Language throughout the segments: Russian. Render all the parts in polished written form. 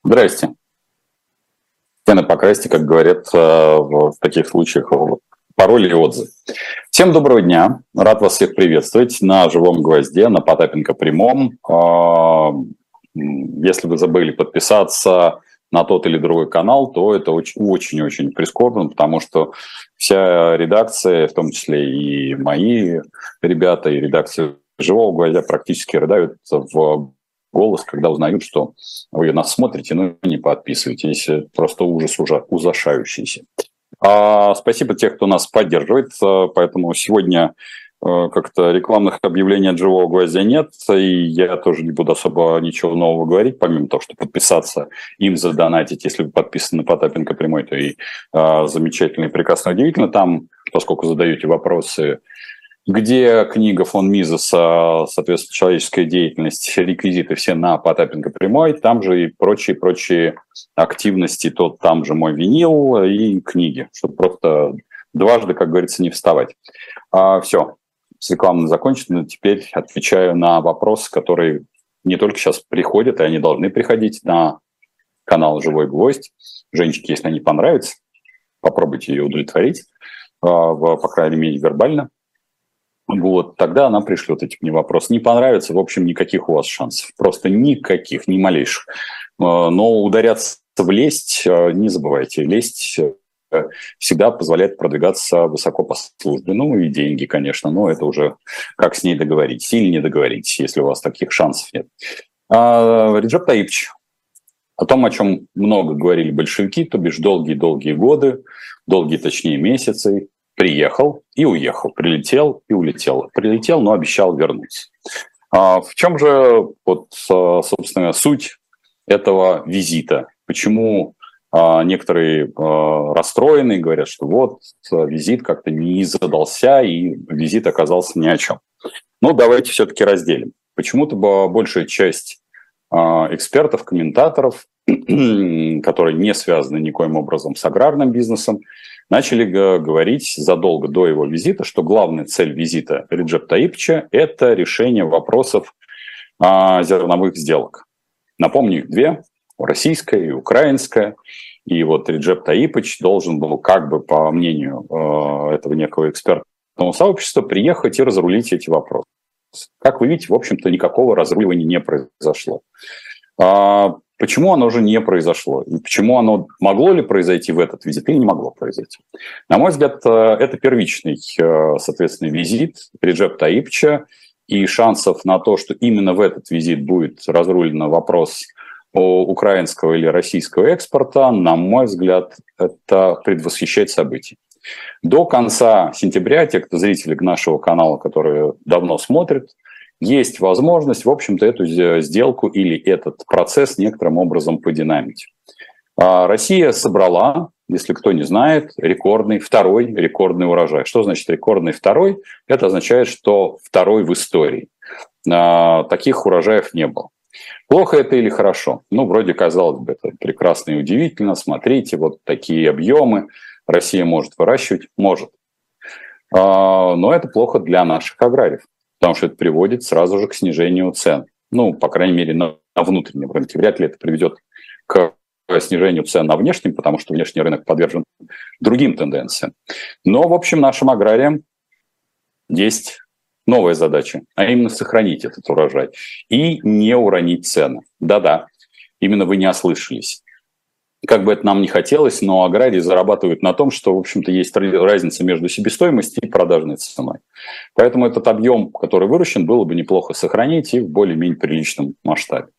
Здрасте. Стены покрасьте, как говорят в таких случаях, пароль и отзыв. Всем доброго дня. Рад вас всех приветствовать на «Живом гвозде», на Потапенко прямом. Если вы забыли подписаться на тот или другой канал, то это очень-очень прискорбно, потому что вся редакция, в том числе и мои ребята, и редакция «Живого гвоздя» практически рыдают в голос, когда узнают, что вы нас смотрите, но не подписываетесь. Просто ужас ужасающийся. Спасибо тех, кто нас поддерживает. Поэтому сегодня как-то рекламных объявлений от «Живого гвоздя» нет. И я тоже не буду особо ничего нового говорить, помимо того, что подписаться, им задонатить. Если вы подписаны на Потапенко прямой, то и замечательно, и прекрасно, удивительно. Там, поскольку задаете вопросы, где книга фон Мизеса, соответственно, человеческая деятельность, реквизиты все на Потапенко прямой, там же и прочие активности, там же мой винил и книги, чтобы просто дважды, как говорится, не вставать. Все, с рекламой закончено. Теперь отвечаю на вопросы, которые не только сейчас приходят, и они должны приходить на канал «Живой гвоздь». Женечке, если они понравятся, попробуйте ее удовлетворить, по крайней мере, вербально. Тогда она пришлет эти мне вопросы. Не понравится, в общем, никаких у вас шансов. Просто никаких, ни малейших. Но ударяться в лесть не забывайте. Лесть всегда позволяет продвигаться высоко по службе. И деньги, конечно, но это уже как с ней договоритесь или не договоритесь, если у вас таких шансов нет. Реджеп Таипович. О том, о чем много говорили большевики, то бишь долгие-долгие годы, точнее месяцы, приехал и уехал, прилетел и улетел. Прилетел, но обещал вернуться. В чем же, собственно, суть этого визита? Почему некоторые расстроены, говорят, что визит как-то не задался, и визит оказался ни о чем. Давайте все-таки разделим. Почему-то большая часть экспертов, комментаторов, которые не связаны никоим образом с аграрным бизнесом, начали говорить задолго до его визита, что главная цель визита Реджепа Таиповича – это решение вопросов зерновых сделок. Напомню, их две – российская и украинская. И Реджеп Таипович должен был, по мнению этого некого экспертного сообщества, приехать и разрулить эти вопросы. Как вы видите, в общем-то, никакого разруливания не произошло. Почему оно же не произошло? И почему оно могло ли произойти в этот визит или не могло произойти? На мой взгляд, это первичный, соответственно, визит Реджепа Таиповича, и шансов на то, что именно в этот визит будет разрулен вопрос о украинского или российского экспорта, на мой взгляд, это предвосхищает события. До конца сентября, те, кто зрители нашего канала, которые давно смотрят, есть возможность, в общем-то, эту сделку или этот процесс некоторым образом подинамить. Россия собрала, если кто не знает, второй рекордный урожай. Что значит рекордный второй? Это означает, что второй в истории. Таких урожаев не было. Плохо это или хорошо? Вроде, казалось бы, это прекрасно и удивительно. Смотрите, такие объемы Россия может выращивать. Может. Но это плохо для наших аграриев. Потому что это приводит сразу же к снижению цен. По крайней мере, на внутреннем рынке. Вряд ли это приведет к снижению цен на внешнем, потому что внешний рынок подвержен другим тенденциям. Но, в общем, нашим аграриям есть новая задача, а именно сохранить этот урожай и не уронить цены. Да-да, именно вы не ослышались. Как бы это нам не хотелось, но аграрии зарабатывают на том, что, в общем-то, есть разница между себестоимостью и продажной ценой. Поэтому этот объем, который выращен, было бы неплохо сохранить и в более-менее приличном масштабе.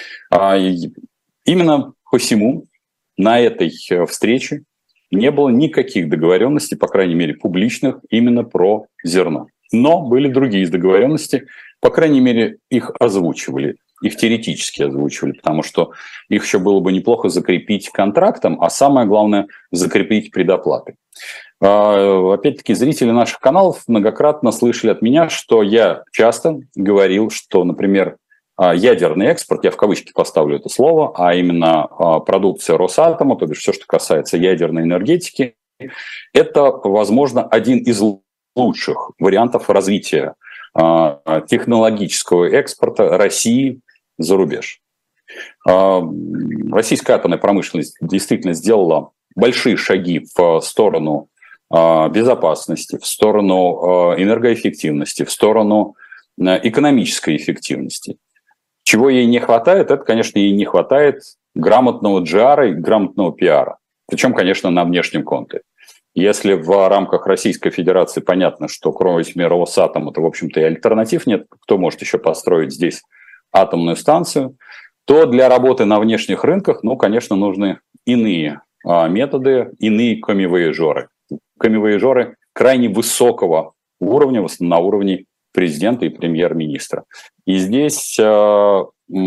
Именно посему на этой встрече не было никаких договоренностей, по крайней мере, публичных, именно про зерно. Но были другие договоренности, по крайней мере, их озвучивали. Их теоретически озвучивали, потому что их еще было бы неплохо закрепить контрактом, а самое главное – закрепить предоплатой. Опять-таки, зрители наших каналов многократно слышали от меня, что я часто говорил, что, например, ядерный экспорт, я в кавычки поставлю это слово, а именно продукция Росатома, то бишь все, что касается ядерной энергетики, это, возможно, один из лучших вариантов развития технологического экспорта России за рубеж. Российская атомная промышленность действительно сделала большие шаги в сторону безопасности, в сторону энергоэффективности, в сторону экономической эффективности. Чего ей не хватает, это, конечно, ей не хватает грамотного GR и грамотного пиара. Причем, конечно, на внешнем конте. Если в рамках Российской Федерации понятно, что кроме Росатома, то, в общем-то, и альтернатив нет, кто может еще построить здесь атомную станцию, то для работы на внешних рынках, ну, конечно, нужны иные методы, иные коммивояжеры. Коммивояжеры крайне высокого уровня, в основном на уровне президента и премьер-министра. И здесь та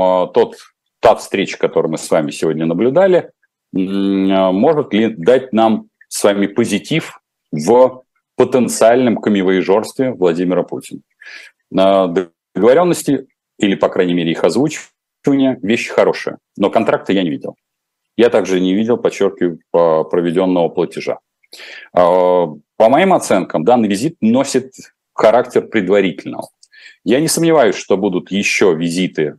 встреча, которую мы с вами сегодня наблюдали, может ли дать нам с вами позитив в потенциальном коммивояжерстве Владимира Путина. Договоренности, или, по крайней мере, их озвучивание, вещи хорошие, но контракта я не видел. Я также не видел, подчеркиваю, проведенного платежа. По моим оценкам, данный визит носит характер предварительного. Я не сомневаюсь, что будут еще визиты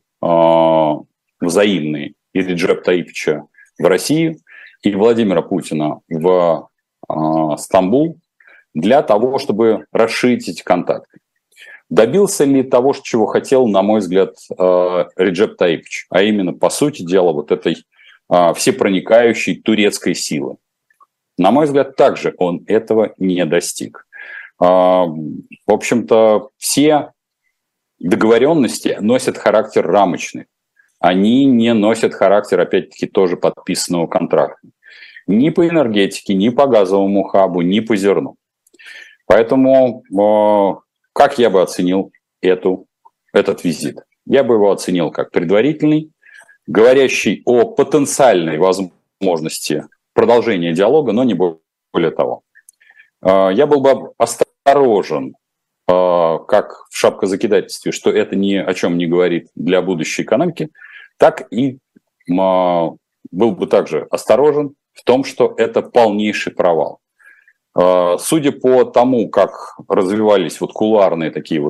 взаимные и Реджепа Таипича в Россию, и Владимира Путина в Стамбул для того, чтобы расширить эти контакты. Добился ли того, чего хотел, на мой взгляд, Реджеп Таипич, а именно, по сути дела, вот этой всепроникающей турецкой силы? На мой взгляд, также он этого не достиг. В общем-то, все договоренности носят характер рамочный. Они не носят характер, опять-таки, тоже подписанного контракта. Ни по энергетике, ни по газовому хабу, ни по зерну. Поэтому как я бы оценил этот визит? Я бы его оценил как предварительный, говорящий о потенциальной возможности продолжения диалога, но не более того. Я был бы осторожен, как в шапкозакидательстве, что это ни о чем не говорит для будущей экономики, так и был бы также осторожен в том, что это полнейший провал. Судя по тому, как развивались кулуарное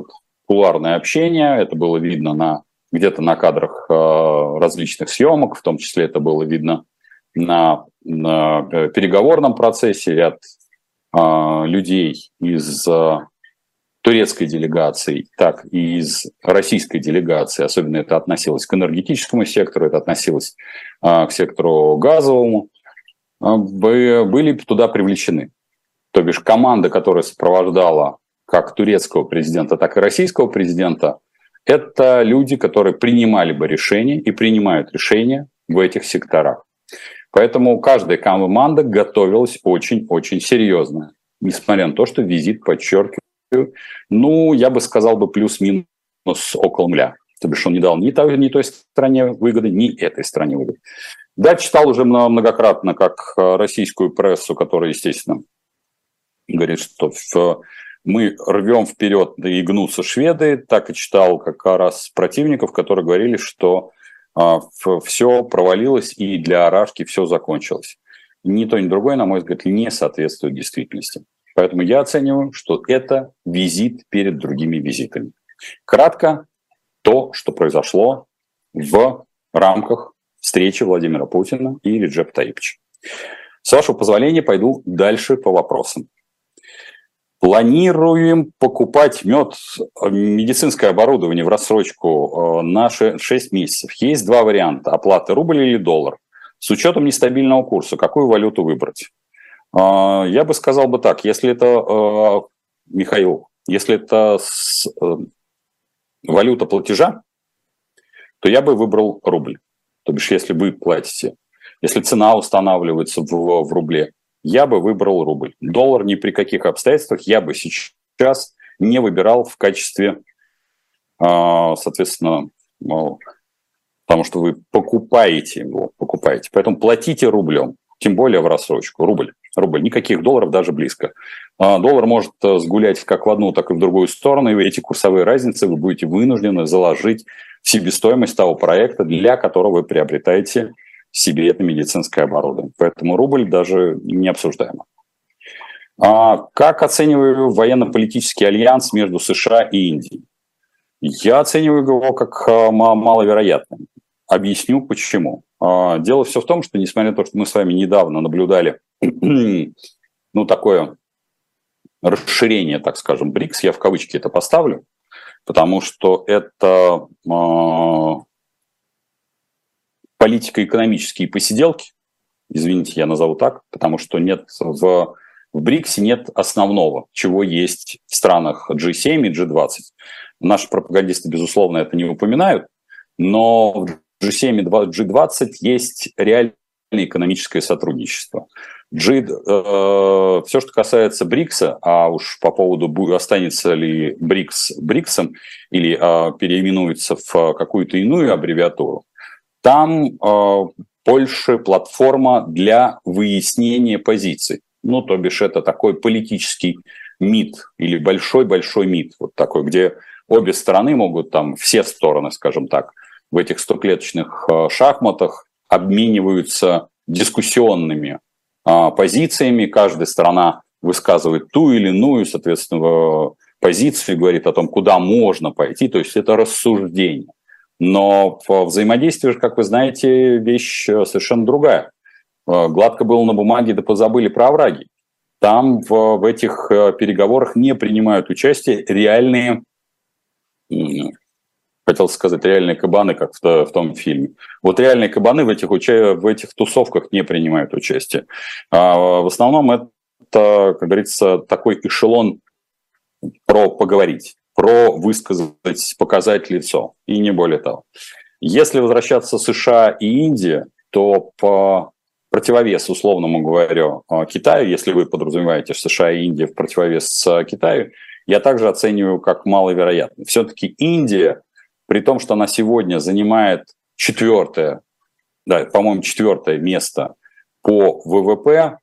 общения, это было видно где-то на кадрах различных съемок, в том числе это было видно на переговорном процессе. Ряд людей из турецкой делегации, так и из российской делегации, особенно это относилось к энергетическому сектору, это относилось к сектору газовому, были туда привлечены. То бишь команда, которая сопровождала как турецкого президента, так и российского президента, это люди, которые принимали бы решения и принимают решения в этих секторах. Поэтому каждая команда готовилась очень-очень серьезно. Несмотря на то, что визит, подчеркиваю, я бы сказал плюс-минус около нуля. То бишь он не дал ни той стране выгоды, ни этой стране выгоды. Да, читал уже многократно, как российскую прессу, которая, естественно, говорит, что мы рвем вперед, да и гнутся шведы, так и читал как раз противников, которые говорили, что все провалилось и для Арашки все закончилось. Ни то, ни другое, на мой взгляд, не соответствует действительности. Поэтому я оцениваю, что это визит перед другими визитами. Кратко, то, что произошло в рамках встречи Владимира Путина и Реджепа Таипича. С вашего позволения, пойду дальше по вопросам. Планируем покупать медицинское оборудование в рассрочку на 6 месяцев. Есть два варианта. Оплата рубль или доллар. С учетом нестабильного курса, какую валюту выбрать? Я бы сказал так, если это, Михаил, если это валюта платежа, то я бы выбрал рубль. То бишь, если вы платите, если цена устанавливается в рубле, я бы выбрал рубль. Доллар ни при каких обстоятельствах я бы сейчас не выбирал в качестве, соответственно, потому что вы покупаете его, Поэтому платите рублем, тем более в рассрочку. Рубль, никаких долларов даже близко. Доллар может сгулять как в одну, так и в другую сторону, и эти курсовые разницы вы будете вынуждены заложить в себестоимость того проекта, для которого вы приобретаете себе это медицинское оборудование. Поэтому рубль даже не обсуждаемо. Как оцениваю военно-политический альянс между США и Индией? Я оцениваю его как маловероятный. Объясню почему. Дело все в том, что, несмотря на то, что мы с вами недавно наблюдали, ну, такое расширение, так скажем, БРИКС, я в кавычки это поставлю, потому что это политико-экономические посиделки, извините, я назову так, потому что нет в БРИКСе нет основного, чего есть в странах G7 и G20. Наши пропагандисты, безусловно, это не упоминают, но в G7 и G20 есть реальное экономическое сотрудничество. Все, что касается БРИКСа, а уж по поводу, останется ли БРИКС БРИКСом или переименуется в какую-то иную аббревиатуру, там больше платформа для выяснения позиций. Ну, то бишь, это такой политический МИД или большой-большой МИД, вот такой, где обе стороны могут, там, все стороны, скажем так, в этих 100-клеточных шахматах обмениваются дискуссионными позициями, каждая сторона высказывает ту или иную, соответственно, позицию, говорит о том, куда можно пойти, то есть это рассуждение. Но взаимодействие, как вы знаете, вещь совершенно другая. Гладко было на бумаге, да позабыли про овраги. Там в этих переговорах не принимают участие реальные, хотел сказать, реальные кабаны, как в том фильме. Вот реальные кабаны в этих тусовках не принимают участие. В основном это, как говорится, такой эшелон про поговорить, про высказать, показать лицо, и не более того. Если возвращаться США и Индия, то по противовес, условному говоря, Китаю, если вы подразумеваете США и Индия в противовес Китаю, я также оцениваю как маловероятно. Все-таки Индия, при том, что она сегодня занимает четвертое место по ВВП,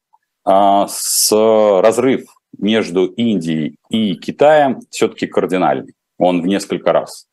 разрыв между Индией и Китаем все-таки кардинальный. Он в несколько раз.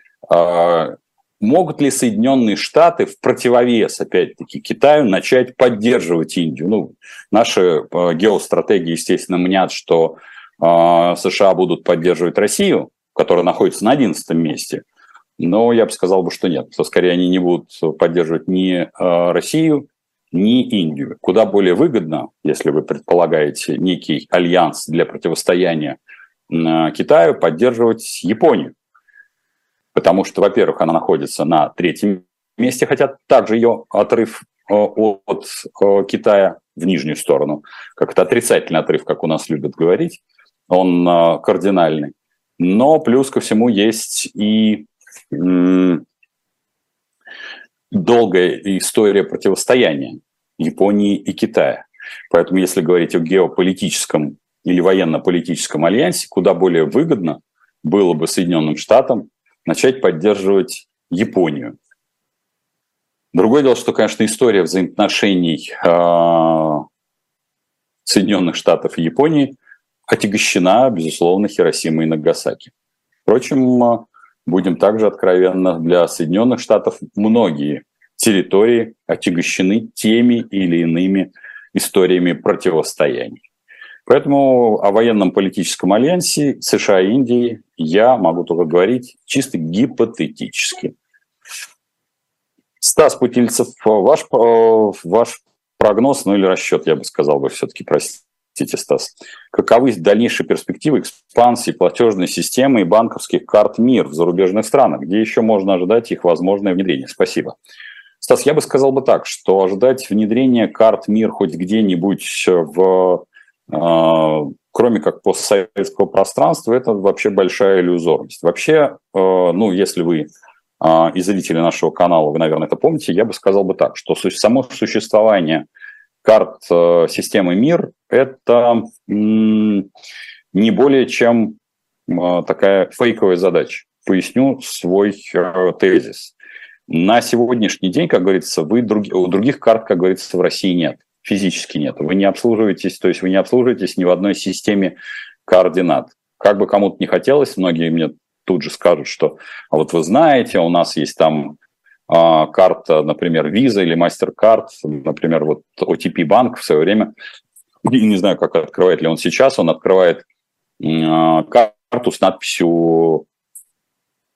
Могут ли Соединенные Штаты в противовес, опять-таки, Китаю начать поддерживать Индию? Ну, наши геостратегии, естественно, мнят, что США будут поддерживать Россию, которая находится на 11 месте. Но я бы сказал, что нет. Что скорее они не будут поддерживать ни Россию, ни Индию. Куда более выгодно, если вы предполагаете некий альянс для противостояния Китаю, поддерживать Японию. Потому что, во-первых, она находится на 3-м месте, хотя также ее отрыв от Китая в нижнюю сторону, как это отрицательный отрыв, как у нас любят говорить, он кардинальный. Но плюс ко всему есть и долгая история противостояния Японии и Китая. Поэтому, если говорить о геополитическом или военно-политическом альянсе, куда более выгодно было бы Соединенным Штатам начать поддерживать Японию. Другое дело, что, конечно, история взаимоотношений Соединенных Штатов и Японии отягощена, безусловно, Хиросимой и Нагасаки. Впрочем, будем также откровенны, для Соединенных Штатов многие территории отягощены теми или иными историями противостояний. Поэтому о военном политическом альянсе США и Индии я могу только говорить чисто гипотетически. Стас Путильцев, ваш прогноз, ну или расчет, я бы сказал все-таки, простите, Стас. Каковы дальнейшие перспективы экспансии платежной системы и банковских карт МИР в зарубежных странах? Где еще можно ожидать их возможное внедрение? Спасибо. Стас, я бы сказал так, что ожидать внедрения карт МИР хоть где-нибудь кроме как постсоветского пространства, это вообще большая иллюзорность. Вообще, если вы и зрители нашего канала, вы, наверное, это помните, я бы сказал так, что само существование карт системы МИР – это не более чем такая фейковая задача. Поясню свой тезис. На сегодняшний день, как говорится, других карт, как говорится, в России нет. Физически нет. Вы не обслуживаетесь ни в одной системе координат. Как бы кому-то не хотелось, многие мне тут же скажут, что а вот вы знаете, у нас есть там карта, например, Visa или MasterCard, например, вот OTP банк в свое время, не знаю, как открывает ли он сейчас, он открывает карту с надписью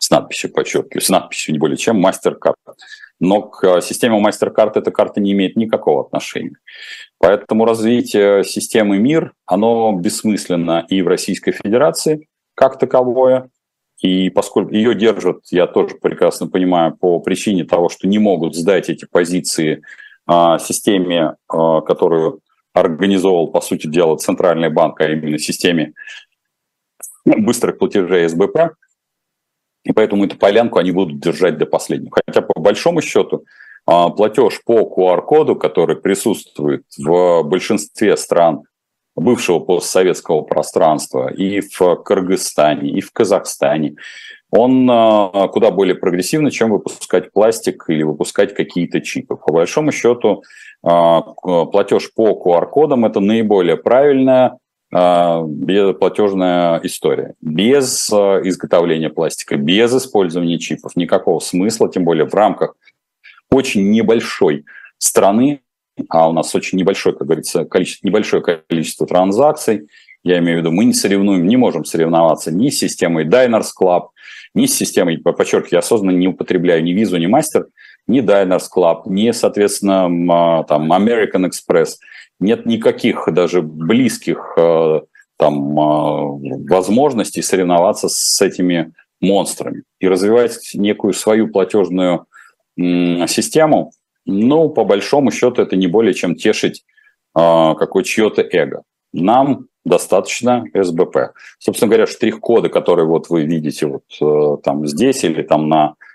с надписью, подчеркиваю, с надписью не более чем MasterCard. Но к системе MasterCard эта карта не имеет никакого отношения. Поэтому развитие системы МИР, оно бессмысленно и в Российской Федерации как таковое, и поскольку ее держат, я тоже прекрасно понимаю, по причине того, что не могут сдать эти позиции системе, которую организовал, по сути дела, Центральный банк, а именно системе быстрых платежей СБП, и поэтому эту полянку они будут держать до последнего. Хотя, по большому счету, платеж по QR-коду, который присутствует в большинстве стран бывшего постсоветского пространства, и в Кыргызстане, и в Казахстане, он куда более прогрессивный, чем выпускать пластик или выпускать какие-то чипы. По большому счету, платеж по QR-кодам – это наиболее правильная платежная история. Без изготовления пластика, без использования чипов никакого смысла, тем более в рамках очень небольшой страны, а у нас очень небольшое, как говорится, небольшое количество транзакций. Я имею в виду, мы не можем соревноваться ни с системой Diners Club, ни с системой, подчеркиваю, я осознанно не употребляю ни Visa, ни Master, ни Diners Club, ни, соответственно, там, American Express. Нет никаких даже близких там, возможностей соревноваться с этими монстрами и развивать некую свою платежную систему. Ну, по большому счету, это не более чем тешить какое чье-то эго. Нам достаточно СБП. Собственно говоря, штрих-коды, которые вот вы видите вот там здесь или там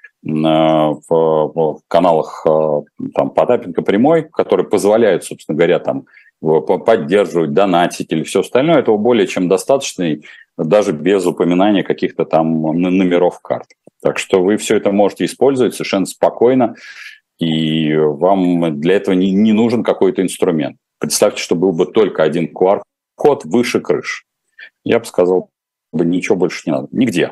в каналах там, Потапенко прямой, которые позволяют, собственно говоря, там поддерживать, донатить или все остальное, этого более чем достаточно, даже без упоминания каких-то там номеров карт. Так что вы все это можете использовать совершенно спокойно, и вам для этого не нужен какой-то инструмент. Представьте, что был бы только один QR-код выше крыши. Я бы сказал, ничего больше не надо. Нигде.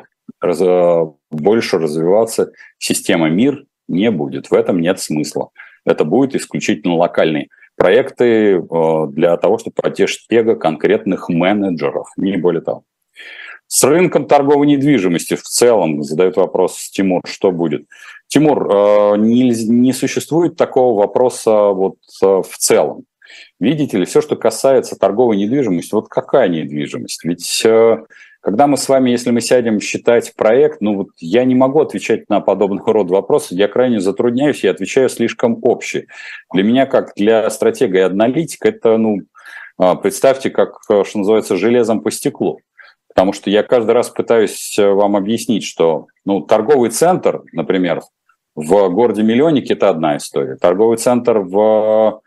Больше развиваться система МИР не будет. В этом нет смысла. Это будет исключительно локальные проекты для того, чтобы потешить эго конкретных менеджеров, не более того. С рынком торговой недвижимости в целом, задает вопрос Тимур, что будет? Тимур, не существует такого вопроса вот в целом. Видите ли, все, что касается торговой недвижимости, вот какая недвижимость? Ведь когда мы с вами, если мы сядем считать проект, ну вот я не могу отвечать на подобного рода вопросы, я крайне затрудняюсь, я отвечаю слишком общий. Для меня, как для стратега и аналитика, это, ну, представьте, как, что называется, железом по стеклу. Потому что я каждый раз пытаюсь вам объяснить, что ну, торговый центр, например, в городе-миллионнике – это одна история. Торговый центр в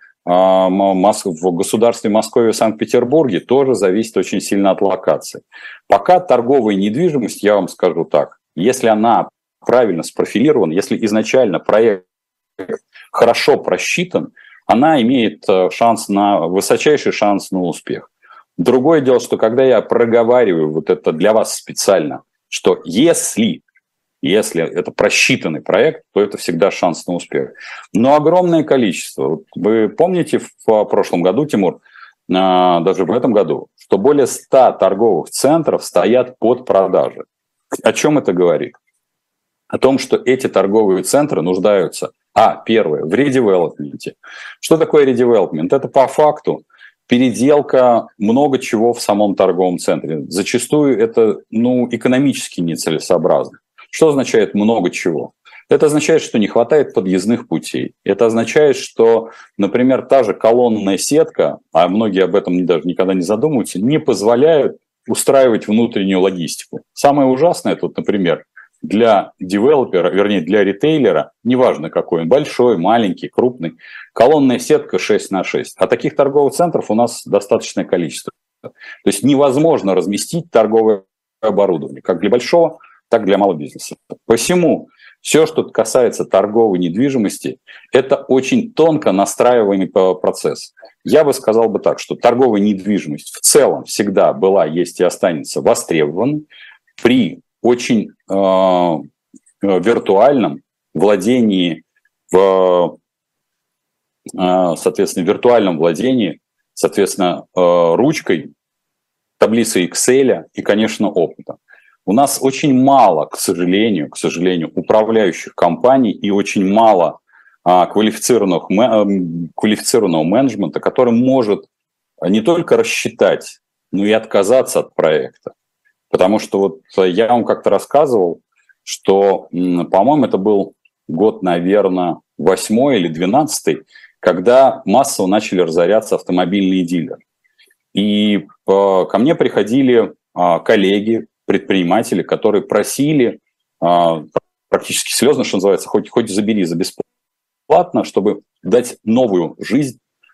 государстве Москве и Санкт-Петербурге тоже зависит очень сильно от локации. Пока торговая недвижимость, я вам скажу так, если она правильно спрофилирована, если изначально проект хорошо просчитан, она имеет высочайший шанс на успех. Другое дело, что когда я проговариваю вот это для вас специально, что если это просчитанный проект, то это всегда шанс на успех. Но огромное количество. Вы помните в прошлом году, Тимур, даже в этом году, что более 100 торговых центров стоят под продажей. О чем это говорит? О том, что эти торговые центры нуждаются, первое, в редевелопменте. Что такое редевелопмент? Это по факту переделка много чего в самом торговом центре. Зачастую это экономически нецелесообразно. Что означает много чего? Это означает, что не хватает подъездных путей. Это означает, что, например, та же колонная сетка, а многие об этом даже никогда не задумываются, не позволяют устраивать внутреннюю логистику. Самое ужасное тут, например, для девелопера, вернее, для ритейлера, неважно какой он, большой, маленький, крупный, колонная сетка 6х6. А таких торговых центров у нас достаточное количество. То есть невозможно разместить торговое оборудование, как для большого, так и для малого бизнеса. Посему все, что касается торговой недвижимости, это очень тонко настраиваемый процесс. Я бы сказал бы так, что торговая недвижимость в целом всегда была, есть и останется востребованной при очень виртуальном владении, соответственно, ручкой, таблицей Excel и, конечно, опытом. У нас очень мало, к сожалению, управляющих компаний и очень мало квалифицированного менеджмента, который может не только рассчитать, но и отказаться от проекта. Потому что вот я вам как-то рассказывал, что, по-моему, это был год, наверное, 8 или 12, когда массово начали разоряться автомобильные дилеры. И ко мне приходили коллеги, предприниматели, которые просили практически слезно, что называется, хоть забери за бесплатно, чтобы дать новую жизнь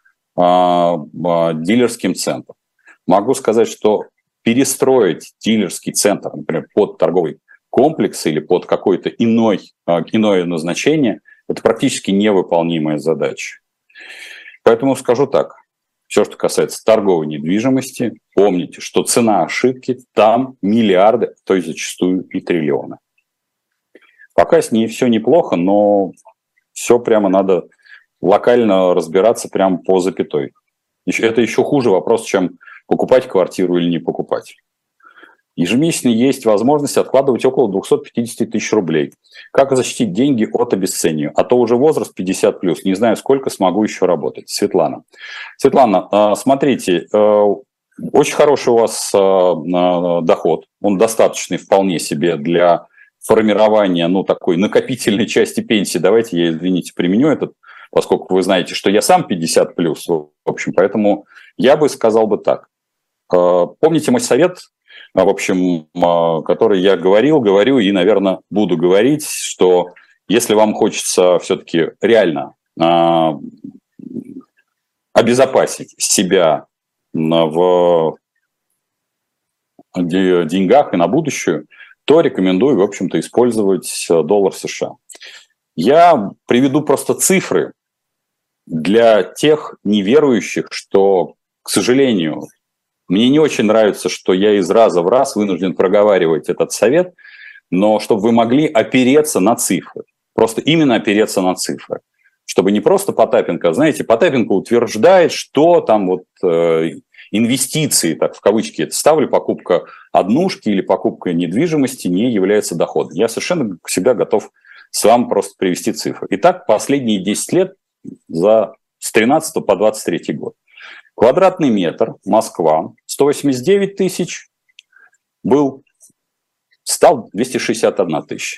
дилерским центрам. Могу сказать, что перестроить дилерский центр, например, под торговый комплекс или под какое-то иное назначение, это практически невыполнимая задача. Поэтому скажу так. Все, что касается торговой недвижимости, помните, что цена ошибки там миллиарды, то есть зачастую и триллионы. Пока с ней все неплохо, но все прямо надо локально разбираться прямо по запятой. Это еще хуже вопрос, чем покупать квартиру или не покупать. Ежемесячно есть возможность откладывать около 250 тысяч рублей. Как защитить деньги от обесценивания? А то уже возраст 50+, не знаю, сколько смогу еще работать. Светлана, смотрите, очень хороший у вас доход. Он достаточный вполне себе для формирования, такой накопительной части пенсии. Давайте я, извините, применю этот, поскольку вы знаете, что я сам 50+, в общем, поэтому я бы сказал бы так. Помните мой совет, в общем, который я говорю и, наверное, буду говорить, что если вам хочется все-таки реально обезопасить себя в деньгах и на будущее, то рекомендую, в общем-то, использовать доллар США. Я приведу просто цифры для тех неверующих, что, к сожалению, мне не очень нравится, что я из раза в раз вынужден проговаривать этот совет, но чтобы вы могли опереться на цифры. Просто именно опереться на цифры. Чтобы не просто Потапенко, знаете, Потапенко утверждает, что там вот инвестиции, так в кавычки это ставлю, покупка однушки или покупка недвижимости не является доходом. Я совершенно всегда готов с вами просто привести цифры. Итак, последние 10 лет с 13 по 23 год. Квадратный метр, Москва, 189 тысяч, стал 261 тысяча.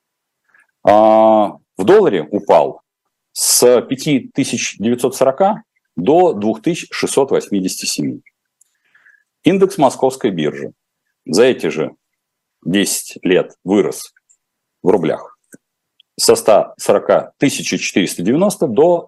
В долларе упал с 5940 до 2687. Индекс Московской биржи за эти же 10 лет вырос в рублях со 140 490 до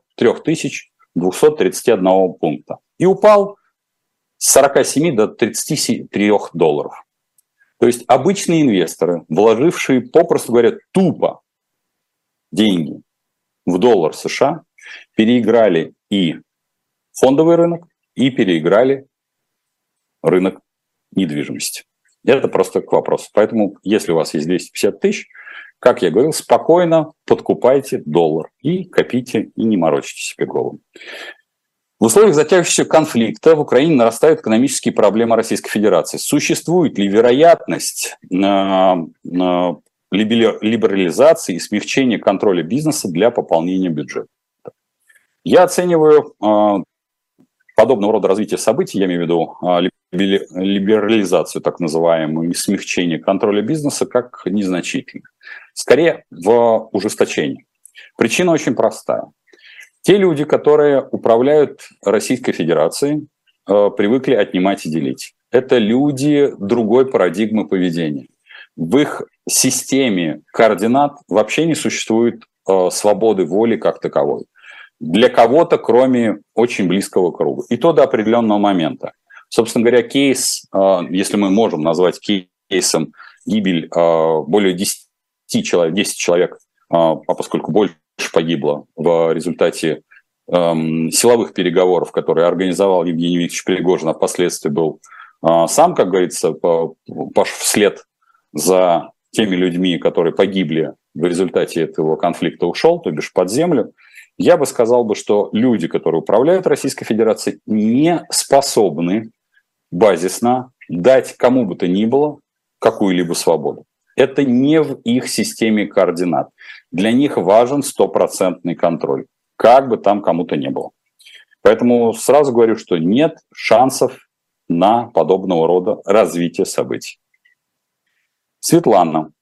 3231 пункта. И упал с 47 до 33 долларов. То есть обычные инвесторы, вложившие, попросту говоря, тупо деньги в доллар США, переиграли и фондовый рынок, и переиграли рынок недвижимости. Это просто к вопросу. Поэтому, если у вас есть 250 тысяч, как я говорил, спокойно подкупайте доллар и копите, и не морочите себе голову. В условиях затягивающегося конфликта в Украине нарастают экономические проблемы Российской Федерации. Существует ли вероятность либерализации и смягчения контроля бизнеса для пополнения бюджета? Я оцениваю подобного рода развитие событий, я имею в виду либерализацию, так называемую, и смягчение контроля бизнеса, как незначительно. Скорее, в ужесточении. Причина очень простая. Те люди, которые управляют Российской Федерацией, привыкли отнимать и делить. Это люди другой парадигмы поведения. В их системе координат вообще не существует свободы воли как таковой. Для кого-то, кроме очень близкого круга. И то до определенного момента. Собственно говоря, кейс, если мы можем назвать кейсом гибель более 10 человек, поскольку больше погибло в результате силовых переговоров, которые организовал Евгений Викторович Пригожин, а впоследствии был сам, как говорится, вслед за теми людьми, которые погибли в результате этого конфликта, ушел, то бишь под землю. Я бы сказал, что люди, которые управляют Российской Федерацией, не способны базисно дать кому бы то ни было какую-либо свободу. Это не в их системе координат. Для них важен стопроцентный контроль, как бы там кому-то ни было. Поэтому сразу говорю, что нет шансов на подобного рода развитие событий. Светлана.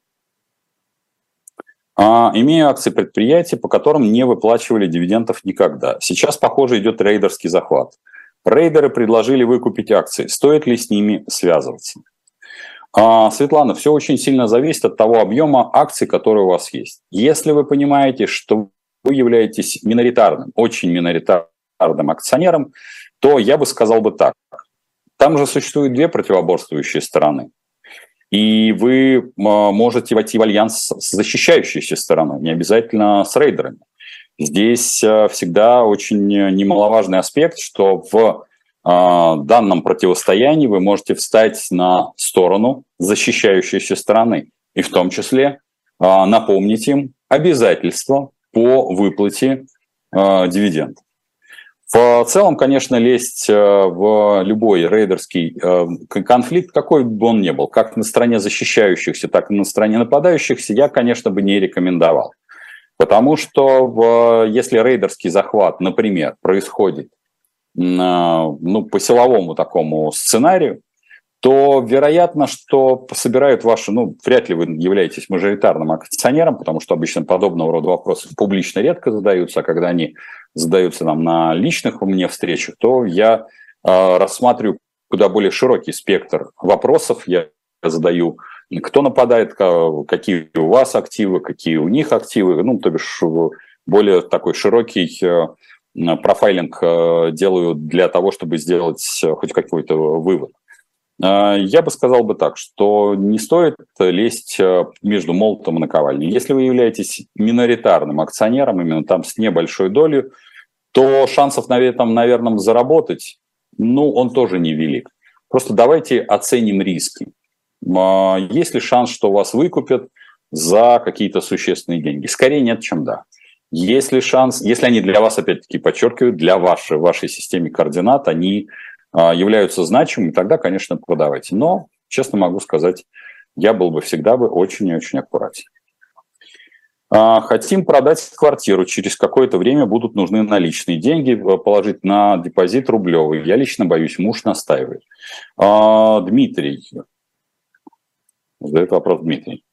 Имею акции предприятий, по которым не выплачивали дивидендов никогда. Сейчас, похоже, идет рейдерский захват. Рейдеры предложили выкупить акции. Стоит ли с ними связываться? Светлана, все очень сильно зависит от того объема акций, которые у вас есть. Если вы понимаете, что вы являетесь миноритарным, очень миноритарным акционером, то я бы сказал бы так. Там же существуют две противоборствующие стороны. И вы можете войти в альянс с защищающейся стороной, не обязательно с рейдерами. Здесь всегда очень немаловажный аспект, что в данном противостоянии вы можете встать на сторону защищающейся стороны. И в том числе напомнить им обязательства по выплате дивидендов. В целом, конечно, лезть в любой рейдерский конфликт, какой бы он ни был, как на стороне защищающихся, так и на стороне нападающихся, я, конечно, бы не рекомендовал. Потому что если рейдерский захват, например, происходит по силовому такому сценарию, то вероятно, что собирают ваши, вряд ли вы являетесь мажоритарным акционером, потому что обычно подобного рода вопросы публично редко задаются, а когда они задаются нам на личных у меня встречах, то я рассматриваю куда более широкий спектр вопросов. Я задаю, кто нападает, какие у вас активы, какие у них активы, то бишь более такой широкий профайлинг делаю для того, чтобы сделать хоть какой-то вывод. Я бы сказал бы так, что не стоит лезть между молотом и наковальней. Если вы являетесь миноритарным акционером, именно там с небольшой долей, то шансов на этом, наверное, заработать, он тоже невелик. Просто давайте оценим риски. Есть ли шанс, что вас выкупят за какие-то существенные деньги? Скорее нет, чем да. Есть ли шанс, если они для вас, опять-таки, подчеркиваю, для вашей системы координат, они являются значимыми, тогда, конечно, продавайте. Но, честно могу сказать, я был бы всегда очень и очень аккуратен. Хотим продать квартиру. Через какое-то время будут нужны наличные деньги, положить на депозит рублевый. Я лично боюсь, муж настаивает. Дмитрий. Задает вопрос Дмитрий.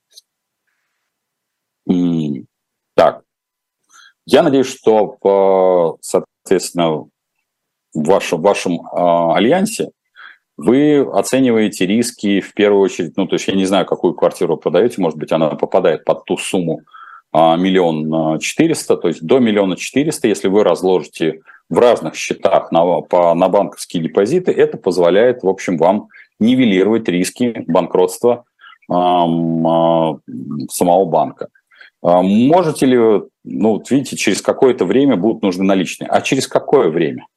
Так. Я надеюсь, что, соответственно, в вашем альянсе вы оцениваете риски в первую очередь, то есть я не знаю, какую квартиру вы продаете, может быть, она попадает под ту сумму 1 400 000, то есть до 1 400 000, если вы разложите в разных счетах на банковские депозиты, это позволяет, в общем, вам нивелировать риски банкротства самого банка. Можете ли вы, видите, через какое-то время будут нужны наличные, а через какое время?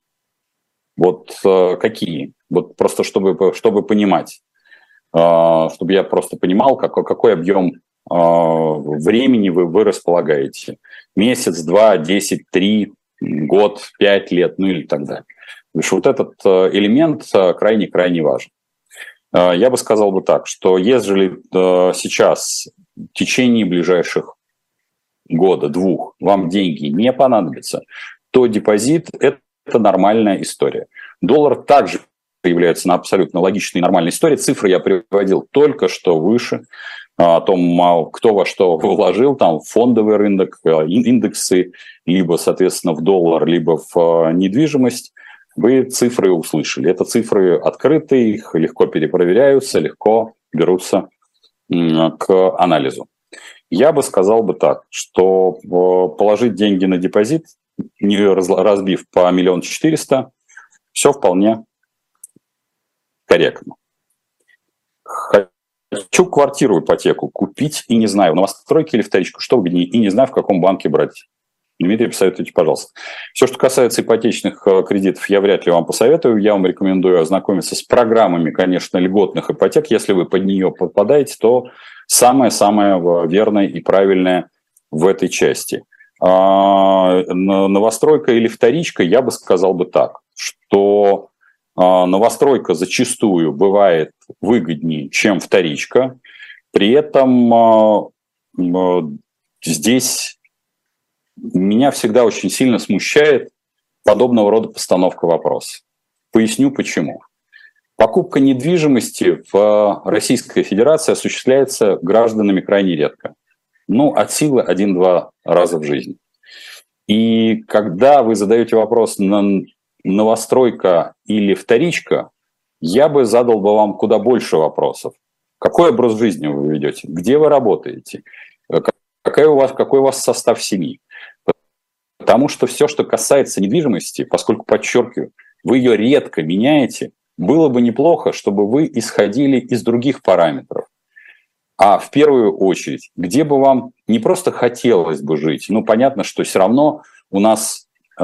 Какие? Просто чтобы понимать, чтобы я просто понимал, какой объем времени вы располагаете. Месяц, 2, 10, 3, год, 5 лет, или так далее. Потому что этот элемент крайне-крайне важен. Я бы сказал бы так, что если сейчас в течение ближайших года-двух вам деньги не понадобятся, то депозит – это нормальная история. Доллар также является абсолютно логичной и нормальной историей. Цифры я приводил только что выше, о том, кто во что вложил, там фондовый рынок, индексы, либо, соответственно, в доллар, либо в недвижимость. Вы цифры услышали. Это цифры открытые, их легко перепроверяются, легко берутся к анализу. Я бы сказал бы так, что положить деньги на депозит, не разбив по 1 400 000, все вполне корректно. Хочу квартиру, ипотеку купить и не знаю, в новостройке или вторичку, что выгоднее, и не знаю, в каком банке брать. Дмитрий, посоветуйте, пожалуйста. Все, что касается ипотечных кредитов, я вряд ли вам посоветую. Я вам рекомендую ознакомиться с программами, конечно, льготных ипотек. Если вы под нее попадаете, то самое-самое верное и правильное в этой части. Новостройка или вторичка, я бы сказал бы так, что Новостройка зачастую бывает выгоднее, чем вторичка. При этом здесь меня всегда очень сильно смущает подобного рода постановка вопроса. Поясню почему. Покупка недвижимости в Российской Федерации осуществляется гражданами крайне редко. От силы 1-2 раза в жизни. И когда вы задаете вопрос новостройка или вторичка, я бы задал бы вам куда больше вопросов. Какой образ жизни вы ведете? Где вы работаете? Какой у вас состав семьи? Потому что все, что касается недвижимости, поскольку, подчеркиваю, вы ее редко меняете, было бы неплохо, чтобы вы исходили из других параметров. А в первую очередь, где бы вам не просто хотелось бы жить, понятно, что все равно у нас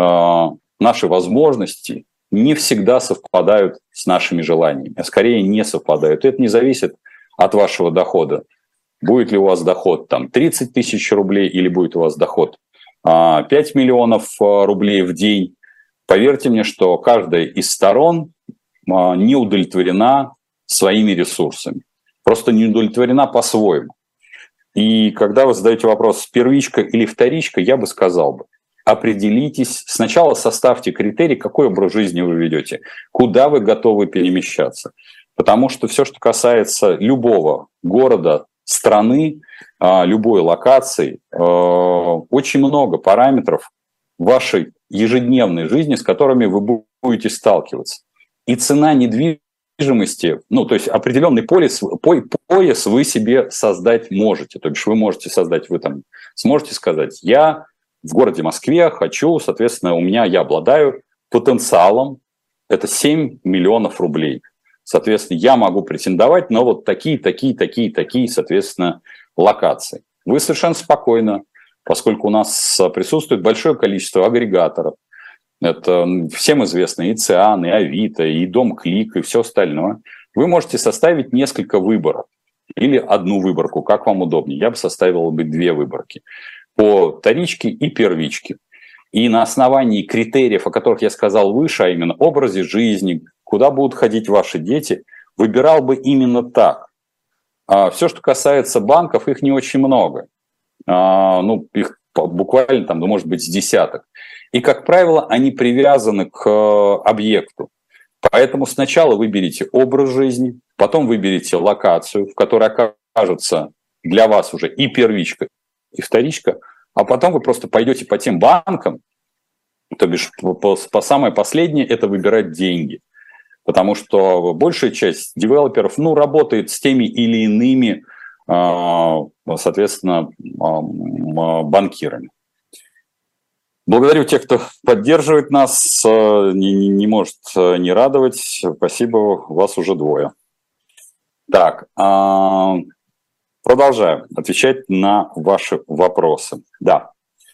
наши возможности не всегда совпадают с нашими желаниями, а скорее не совпадают. Это не зависит от вашего дохода. Будет ли у вас доход 30 тысяч рублей или будет у вас доход 5 миллионов рублей в день. Поверьте мне, что каждая из сторон не удовлетворена своими ресурсами. Просто не удовлетворена по-своему. И когда вы задаете вопрос, первичка или вторичка, я бы сказал, определитесь, сначала составьте критерий, какой образ жизни вы ведете, куда вы готовы перемещаться. Потому что все, что касается любого города, страны, любой локации, очень много параметров вашей ежедневной жизни, с которыми вы будете сталкиваться. И цена недвижимости, то есть определенный пояс вы себе создать можете. То есть вы можете создать, сможете сказать, я в городе Москве хочу, соответственно, я обладаю потенциалом, это 7 миллионов рублей. Соответственно, я могу претендовать на такие, соответственно, локации. Вы совершенно спокойно, поскольку у нас присутствует большое количество агрегаторов, это всем известно и Циан, и Авито, и Дом Клик, и все остальное, вы можете составить несколько выборов или одну выборку, как вам удобнее. Я бы составил 2 выборки по вторичке и первичке. И на основании критериев, о которых я сказал выше, а именно образе жизни, куда будут ходить ваши дети, выбирал бы именно так. Все, что касается банков, их не очень много. Их буквально может быть с десяток. И, как правило, они привязаны к объекту. Поэтому сначала выберите образ жизни, потом выберите локацию, в которой окажется для вас уже и первичка, и вторичка, а потом вы просто пойдете по тем банкам, то бишь по самое последнее, это выбирать деньги. Потому что большая часть девелоперов работает с теми или иными, соответственно, банкирами. Благодарю тех, кто поддерживает нас, не может не радовать. Спасибо, вас уже 2. Так, продолжаю отвечать на ваши вопросы. Да.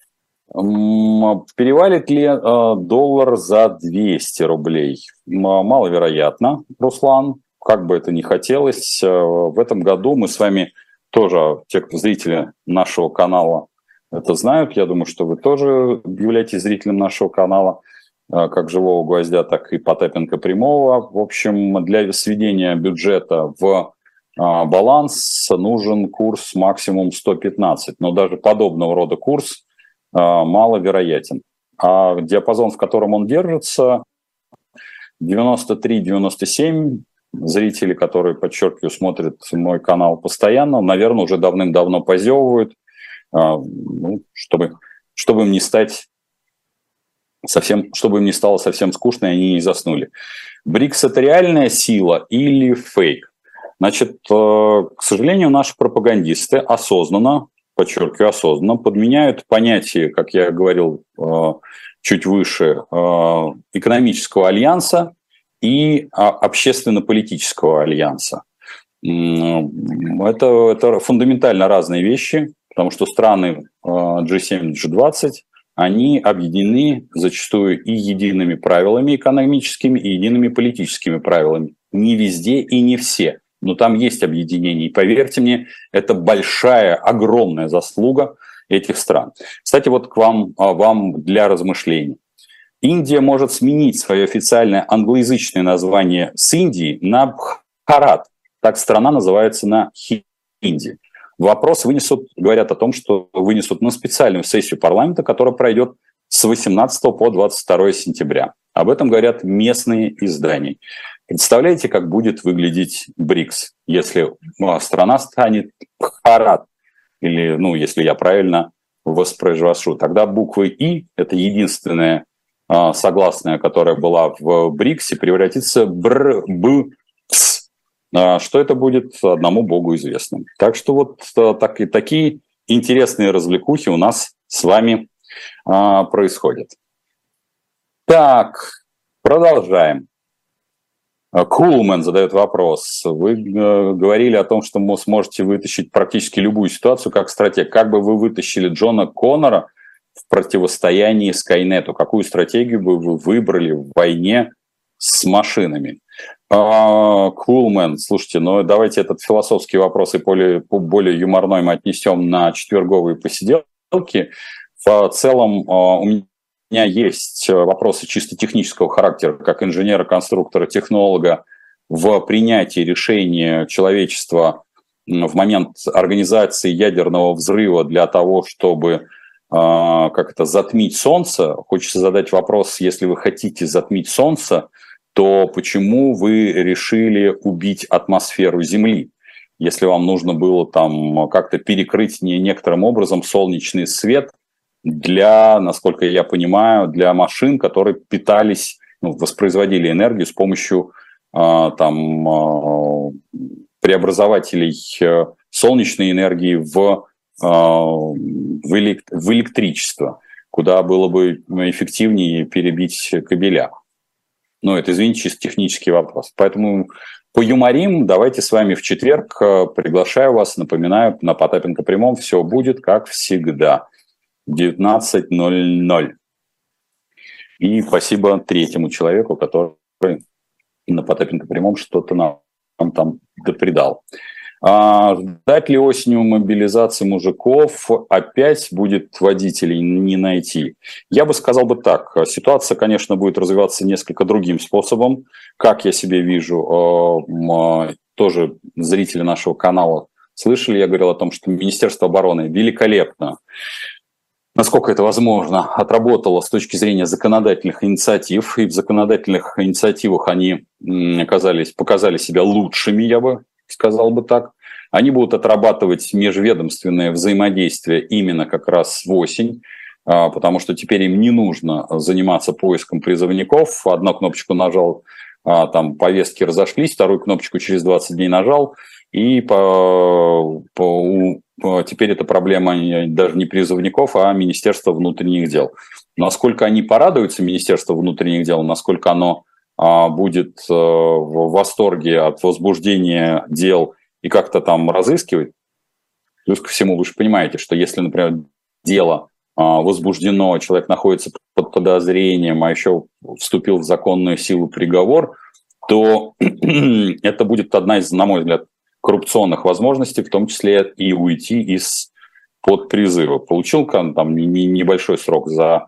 Перевалит ли доллар за 200 рублей? Маловероятно, Руслан, как бы это ни хотелось. В этом году мы с вами тоже, те зрители нашего канала, это знают. Я думаю, что вы тоже являетесь зрителем нашего канала, как «Живого гвоздя», так и Потапенко Прямого. В общем, для сведения бюджета в баланс нужен курс максимум 115. Но даже подобного рода курс маловероятен. А диапазон, в котором он держится, 93-97, зрители, которые, подчеркиваю, смотрят мой канал постоянно, наверное, уже давным-давно позевывают, чтобы им не стало совсем скучно, и они не заснули. БРИКС – это реальная сила или фейк? Значит, к сожалению, наши пропагандисты осознанно, подчеркиваю, осознанно подменяют понятие, как я говорил чуть выше, экономического альянса и общественно-политического альянса. Это фундаментально разные вещи, потому что страны G7, G20, они объединены зачастую и едиными правилами экономическими, и едиными политическими правилами. Не везде и не все. Но там есть объединение. И поверьте мне, это большая, огромная заслуга этих стран. Кстати, к вам для размышлений. Индия может сменить свое официальное англоязычное название с Индии на Бхарат. Так страна называется на хинди. Вопрос говорят о том, что вынесут на специальную сессию парламента, которая пройдет с 18 по 22 сентября. Об этом говорят местные издания. Представляете, как будет выглядеть БРИКС, если страна станет Бхарат, или, если я правильно воспроизвожу. Тогда буквой «И» — это единственная согласная, которая была в БРИКСе, превратится в БР-Б-С. Что это будет, одному Богу известно. Так что такие интересные развлекухи у нас с вами происходят. Так, продолжаем. Кулман задает вопрос. Вы говорили о том, что вы сможете вытащить практически любую ситуацию как стратег. Как бы вы вытащили Джона Коннора в противостоянии Скайнету? Какую стратегию бы вы выбрали в войне с машинами? Кулман, слушайте, давайте этот философский вопрос и более юморной мы отнесем на четверговые посиделки. В целом у меня есть вопросы чисто технического характера, как инженера, конструктора, технолога в принятии решения человечества в момент организации ядерного взрыва для того, чтобы затмить Солнце. Хочется задать вопрос: если вы хотите затмить Солнце, то почему вы решили убить атмосферу Земли? Если вам нужно было там как-то перекрыть некоторым образом солнечный свет для, насколько я понимаю, для машин, которые питались, воспроизводили энергию с помощью преобразователей солнечной энергии в электричество, куда было бы эффективнее перебить кабеля. Это, извините, чисто технический вопрос. Поэтому поюморим. Давайте с вами в четверг. Приглашаю вас, напоминаю, на Потапенко прямом все будет, как всегда. 19:00. И спасибо третьему человеку, который на Потапенко прямом что-то нам там допридал. Ждать ли осенью мобилизации мужиков? Опять будет водителей не найти. Я бы сказал так. Ситуация, конечно, будет развиваться несколько другим способом. Как я себе вижу, тоже зрители нашего канала слышали, я говорил о том, что Министерство обороны великолепно, насколько это возможно, отработало с точки зрения законодательных инициатив. И в законодательных инициативах они показали себя лучшими, я бы сказал бы так. Они будут отрабатывать межведомственное взаимодействие именно как раз в осень, потому что теперь им не нужно заниматься поиском призывников. Одну кнопочку нажал, там повестки разошлись, вторую кнопочку через 20 дней нажал, и теперь это проблема даже не призывников, а Министерства внутренних дел. Насколько они порадуются, Министерство внутренних дел, насколько оно будет в восторге от возбуждения дел и как-то там разыскивать. Плюс ко всему, вы же понимаете, что если, например, дело возбуждено, человек находится под подозрением, а еще вступил в законную силу приговор, то это будет одна из, на мой взгляд, коррупционных возможностей, в том числе и уйти из-под призыва. Получил там небольшой срок за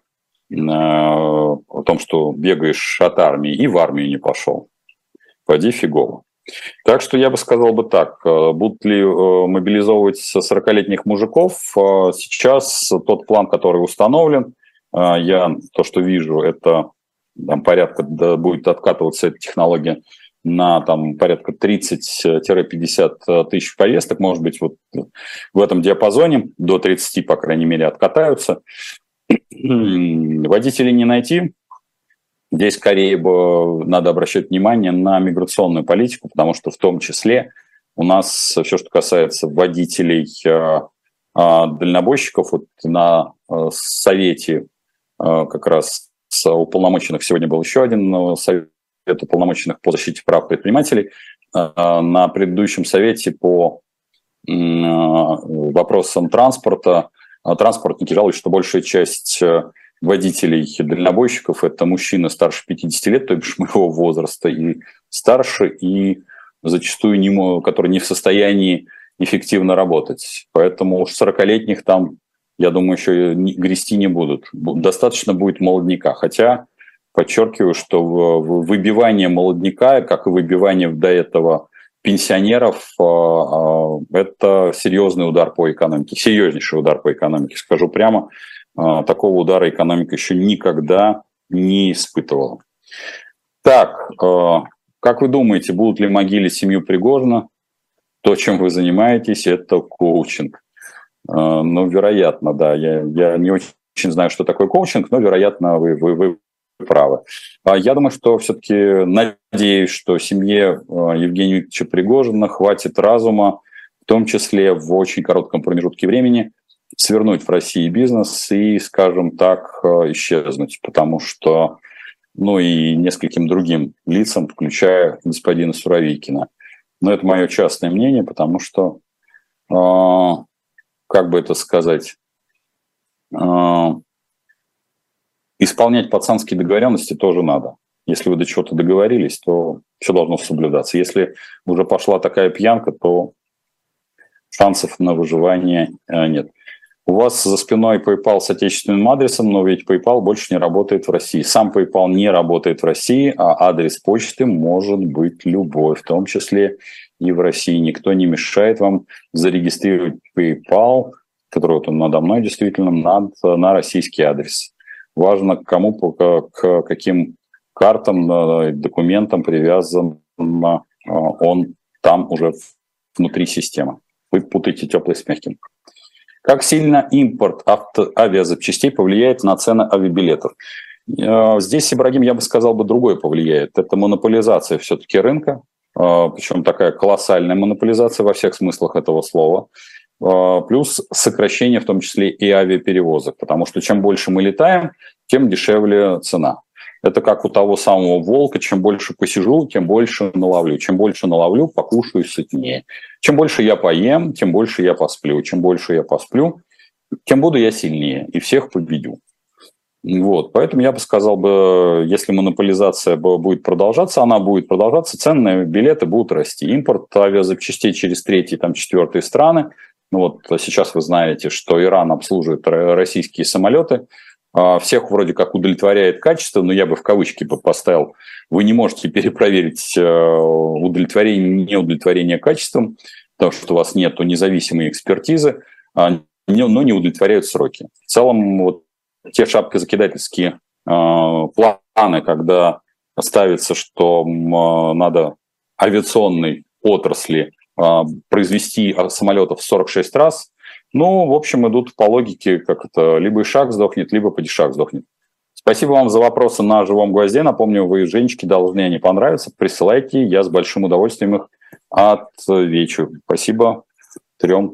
о том, что бегаешь от армии, и в армию не пошел. Пойди фигово. Так что я бы сказал бы так. Будут ли мобилизовывать 40-летних мужиков? Сейчас тот план, который установлен, то, что вижу, это там порядка, будет откатываться эта технология на порядка 30-50 тысяч повесток, может быть, вот в этом диапазоне, до 30, по крайней мере, откатаются. Водителей не найти. Здесь скорее надо обращать внимание на миграционную политику, потому что в том числе у нас все, что касается водителей, дальнобойщиков, вот на совете как раз уполномоченных, сегодня был еще один совет уполномоченных по защите прав предпринимателей, на предыдущем совете по вопросам транспорта, транспортники жалуются, что большая часть водителей дальнобойщиков – это мужчины старше 50 лет, то бишь моего возраста и старше, и зачастую которые не в состоянии эффективно работать. Поэтому уж 40-летних там, я думаю, еще грести не будут. Достаточно будет молодняка. Хотя подчеркиваю, что выбивание молодняка, как и выбивание до этого пенсионеров, это серьезный удар по экономике, серьезнейший удар по экономике. Скажу прямо, такого удара экономика еще никогда не испытывала. Так, как вы думаете, будут ли могиле семью Пригожина? То, чем вы занимаетесь, это коучинг. Ну, вероятно, да. Я не очень знаю, что такое коучинг, но, вероятно, вы правы. Я думаю, что все-таки надеюсь, что семье Евгения Викторовича Пригожина хватит разума, в том числе в очень коротком промежутке времени, свернуть в России бизнес и, скажем так, исчезнуть, потому что, ну и нескольким другим лицам, включая господина Суровикина. Но это мое частное мнение, потому что, как бы это сказать, исполнять пацанские договоренности тоже надо. Если вы до чего-то договорились, то все должно соблюдаться. Если уже пошла такая пьянка, то шансов на выживание нет. У вас за спиной PayPal с отечественным адресом, но ведь PayPal больше не работает в России. Сам PayPal не работает в России, а адрес почты может быть любой, в том числе и в России. Никто не мешает вам зарегистрировать PayPal, который вот он надо мной действительно, на российский адрес. Важно, к кому, к каким картам, документам привязан он там уже внутри системы. Вы путаете теплое с мягким. Как сильно импорт авиазапчастей повлияет на цены авиабилетов? Здесь, Ибрагим, я бы сказал, другое повлияет. Это монополизация все-таки рынка, причем такая колоссальная монополизация во всех смыслах этого слова. Плюс сокращение, в том числе и авиаперевозок, потому что чем больше мы летаем, тем дешевле цена. Это как у того самого волка, чем больше посижу, тем больше наловлю. Чем больше наловлю, покушаю сытнее. Чем больше я поем, тем больше я посплю. Чем больше я посплю, тем буду я сильнее и всех победю. Вот. Поэтому я бы сказал, если монополизация будет продолжаться, она будет продолжаться, цены на билеты будут расти. Импорт авиазапчастей через третьи, четвертые страны. Ну вот сейчас вы знаете, что Иран обслуживает российские самолеты. Всех вроде как удовлетворяет качество, но я бы в кавычки поставил. Вы не можете перепроверить удовлетворение, неудовлетворение качеством, потому что у вас нет независимой экспертизы, но не удовлетворяют сроки. В целом, вот те шапкозакидательские планы, когда ставится, что надо авиационной отрасли произвести самолетов 46 раз, ну, в общем, идут по логике, как это, либо ишак сдохнет, либо падишах сдохнет. Спасибо вам за вопросы на живом гвозде. Напомню, вы, женщики, должны они понравиться. Присылайте, я с большим удовольствием их отвечу. Спасибо 3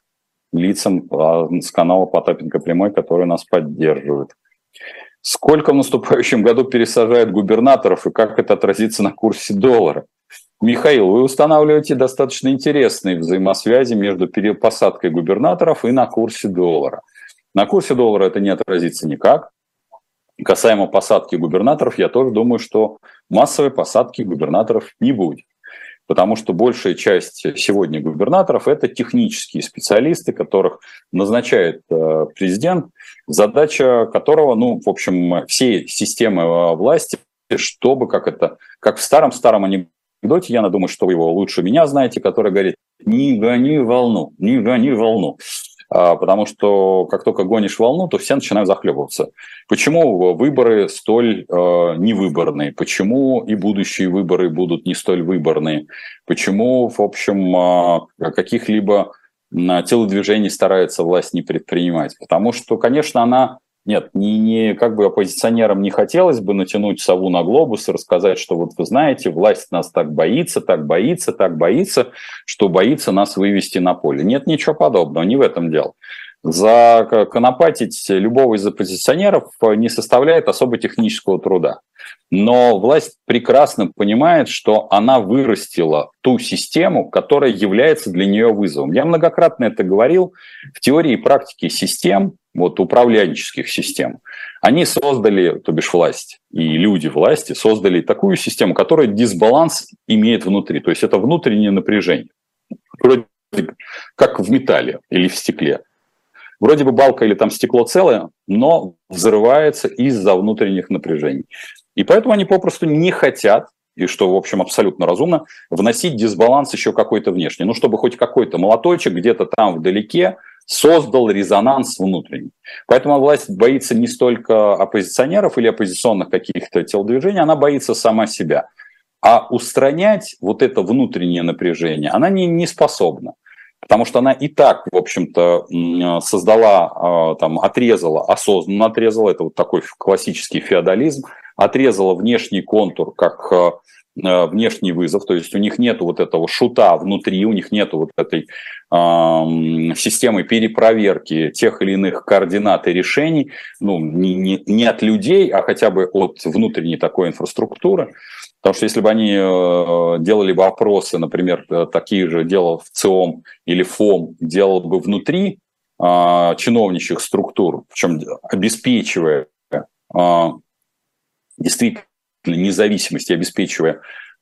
лицам с канала Потапенко Прямой, которые нас поддерживают. Сколько в наступающем году пересажают губернаторов и как это отразится на курсе доллара? Михаил, вы устанавливаете достаточно интересные взаимосвязи между перепосадкой губернаторов и на курсе доллара. На курсе доллара это не отразится никак. Касаемо посадки губернаторов, я тоже думаю, что массовой посадки губернаторов не будет. Потому что большая часть сегодня губернаторов – это технические специалисты, которых назначает президент, задача которого, в общем, всей системы власти, чтобы, как в старом анекдоте, я думаю, что вы его лучше меня знаете, который говорит: не гони волну, не гони волну. Потому что как только гонишь волну, то все начинают захлебываться. Почему выборы столь невыборные? Почему и будущие выборы будут не столь выборные? Почему, в общем, каких-либо телодвижений старается власть не предпринимать? Потому что, конечно, она... Нет, как бы оппозиционерам не хотелось бы натянуть сову на глобус и рассказать, что вот вы знаете, власть нас так боится, что боится нас вывести на поле. Нет ничего подобного, не в этом дело. Законопатить любого из оппозиционеров не составляет особо технического труда. Но власть прекрасно понимает, что она вырастила ту систему, которая является для нее вызовом. Я многократно это говорил. В теории и практике систем, управленческих систем, они создали, то бишь власть, и люди власти создали такую систему, которая дисбаланс имеет внутри. То есть это внутреннее напряжение. Вроде как в металле или в стекле. Вроде бы балка или там стекло целое, но взрывается из-за внутренних напряжений. И поэтому они попросту не хотят, и что, в общем, абсолютно разумно, вносить дисбаланс еще какой-то внешний. Ну, чтобы хоть какой-то молоточек где-то там вдалеке создал резонанс внутренний. Поэтому власть боится не столько оппозиционеров или оппозиционных каких-то телодвижений, она боится сама себя. А устранять вот это внутреннее напряжение она не способна. Потому что она и так, в общем-то, создала, там, отрезала, осознанно отрезала, это вот такой классический феодализм, отрезала внешний контур как внешний вызов, то есть у них нет вот этого шута внутри, у них нет вот этой системы перепроверки тех или иных координат и решений, ну, не от людей, а хотя бы от внутренней такой инфраструктуры. Потому что если бы они делали бы опросы, например, такие же делал в ЦИОМ или ФОМ, делал бы внутри чиновничьих структур, причем обеспечивая действительно независимость и обеспечивая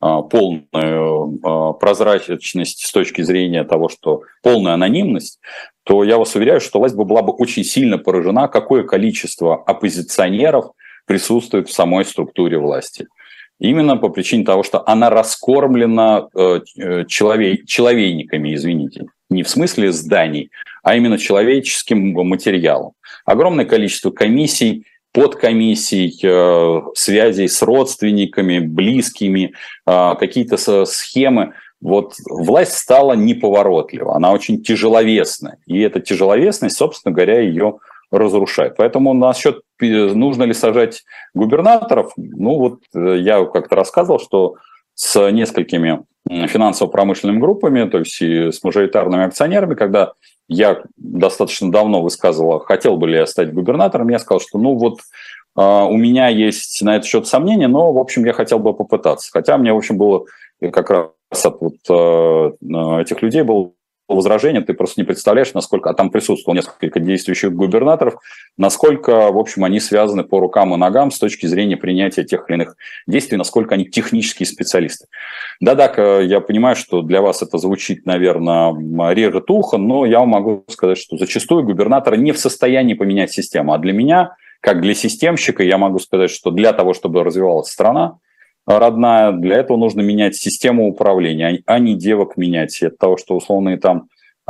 полную прозрачность с точки зрения того, что полная анонимность, то я вас уверяю, что власть была бы очень сильно поражена, какое количество оппозиционеров присутствует в самой структуре власти. Именно по причине того, что она раскормлена человейниками, извините, не в смысле зданий, а именно человеческим материалом. Огромное количество комиссий, подкомиссий, связей с родственниками, близкими, какие-то схемы. Вот власть стала неповоротлива, она очень тяжеловесная. И эта тяжеловесность, собственно говоря, ее разрушает. Поэтому насчет, нужно ли сажать губернаторов, ну вот я как-то рассказывал, что с несколькими финансово-промышленными группами, то есть и с мажоритарными акционерами, когда я достаточно давно высказывал, хотел бы ли я стать губернатором, я сказал, что ну вот у меня есть на этот счет сомнения, но, в общем, я хотел бы попытаться. Хотя мне, в общем, было как раз от вот этих людей было возражение, ты просто не представляешь, насколько, а там присутствовало несколько действующих губернаторов, насколько, в общем, они связаны по рукам и ногам с точки зрения принятия тех или иных действий, насколько они технические специалисты. Да-да, я понимаю, что для вас это звучит, наверное, режет ухо, но я вам могу сказать, что зачастую губернаторы не в состоянии поменять систему, а для меня, как для системщика, я могу сказать, что для того, чтобы развивалась страна родная, для этого нужно менять систему управления, а не девок менять. И от того, что условные там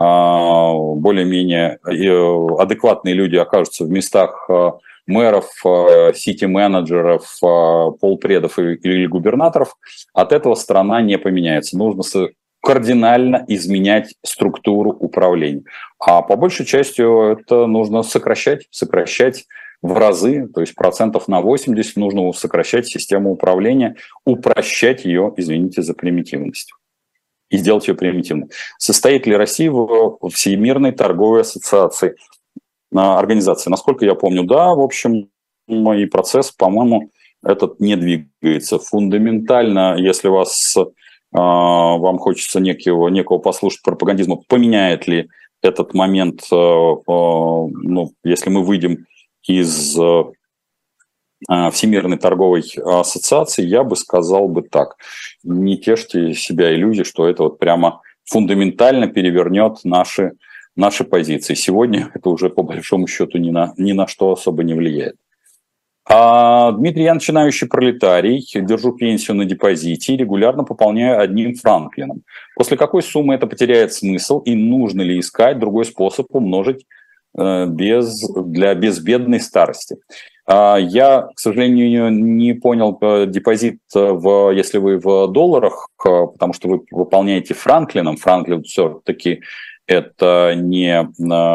более-менее адекватные люди окажутся в местах мэров, сити-менеджеров, полпредов или губернаторов, от этого страна не поменяется. Нужно кардинально изменять структуру управления. А по большей части это нужно сокращать в разы, то есть процентов на 80 нужно сокращать систему управления, упрощать ее, извините за примитивность, и сделать ее примитивной. Состоит ли Россия в Всемирной торговой ассоциации, организации? Насколько я помню, да, в общем, и процесс, по-моему, этот не двигается. Фундаментально, если вам хочется некого послушать пропагандизма, поменяет ли этот момент, если мы выйдем из Всемирной торговой ассоциации, я бы сказал бы так. Не тешьте себя иллюзий, что это вот прямо фундаментально перевернет наши позиции. Сегодня это уже по большому счету ни на что особо не влияет. Дмитрий, я начинающий пролетарий, держу пенсию на депозите и регулярно пополняю одним франклином. После какой суммы это потеряет смысл и нужно ли искать другой способ умножить для безбедной старости? Я, к сожалению, не понял депозит, если вы в долларах, потому что вы выполняете франклином. Франклин все-таки это не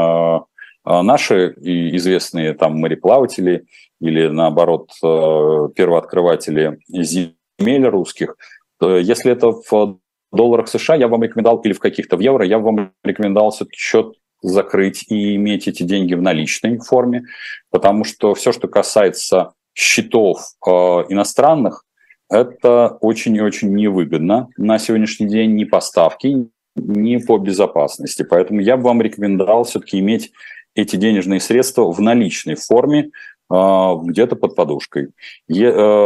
наши известные там мореплаватели или, наоборот, первооткрыватели земель русских. Если это в долларах США, я вам рекомендовал, или в каких-то в евро, я вам рекомендовал все-таки счет закрыть и иметь эти деньги в наличной форме, потому что все, что касается счетов иностранных, это очень и очень невыгодно на сегодняшний день ни по ставке, ни по безопасности. Поэтому я бы вам рекомендовал все-таки иметь эти денежные средства в наличной форме, где-то под подушкой. И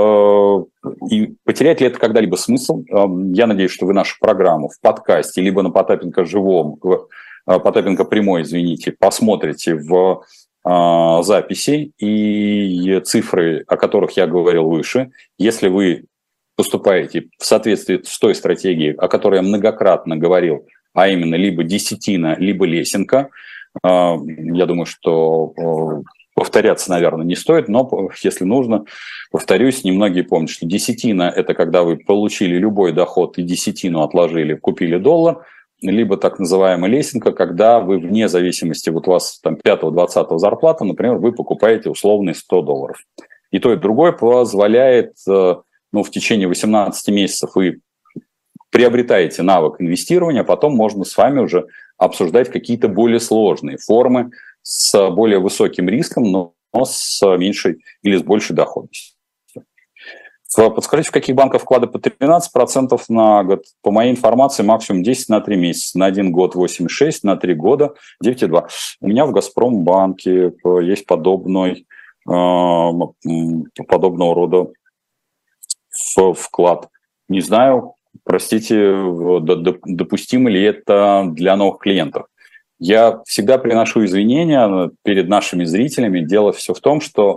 потерять ли это когда-либо смысл? Я надеюсь, что вы нашу программу в подкасте, либо на Потапенко живом, Потапенко прямой, извините, посмотрите в записи и цифры, о которых я говорил выше. Если вы поступаете в соответствии с той стратегией, о которой я многократно говорил, а именно либо десятина, либо лесенка, я думаю, что повторяться, наверное, не стоит, но если нужно, повторюсь, немногие помнят, что десятина – это когда вы получили любой доход и десятину отложили, купили доллар, либо так называемая лесенка, когда вы вне зависимости, вот у вас там 5-20 зарплата, например, вы покупаете условные $100. И то, и другое позволяет, в течение 18 месяцев вы приобретаете навык инвестирования, а потом можно с вами уже обсуждать какие-то более сложные формы с более высоким риском, но с меньшей или с большей доходностью. Подскажите, в каких банках вклады по 13% на год? По моей информации, максимум 10 на 3 месяца. На 1 год 8,6, на 3 года 9,2. У меня в Газпромбанке есть подобного рода вклад. Не знаю, простите, допустимо ли это для новых клиентов. Я всегда приношу извинения перед нашими зрителями. Дело все в том, что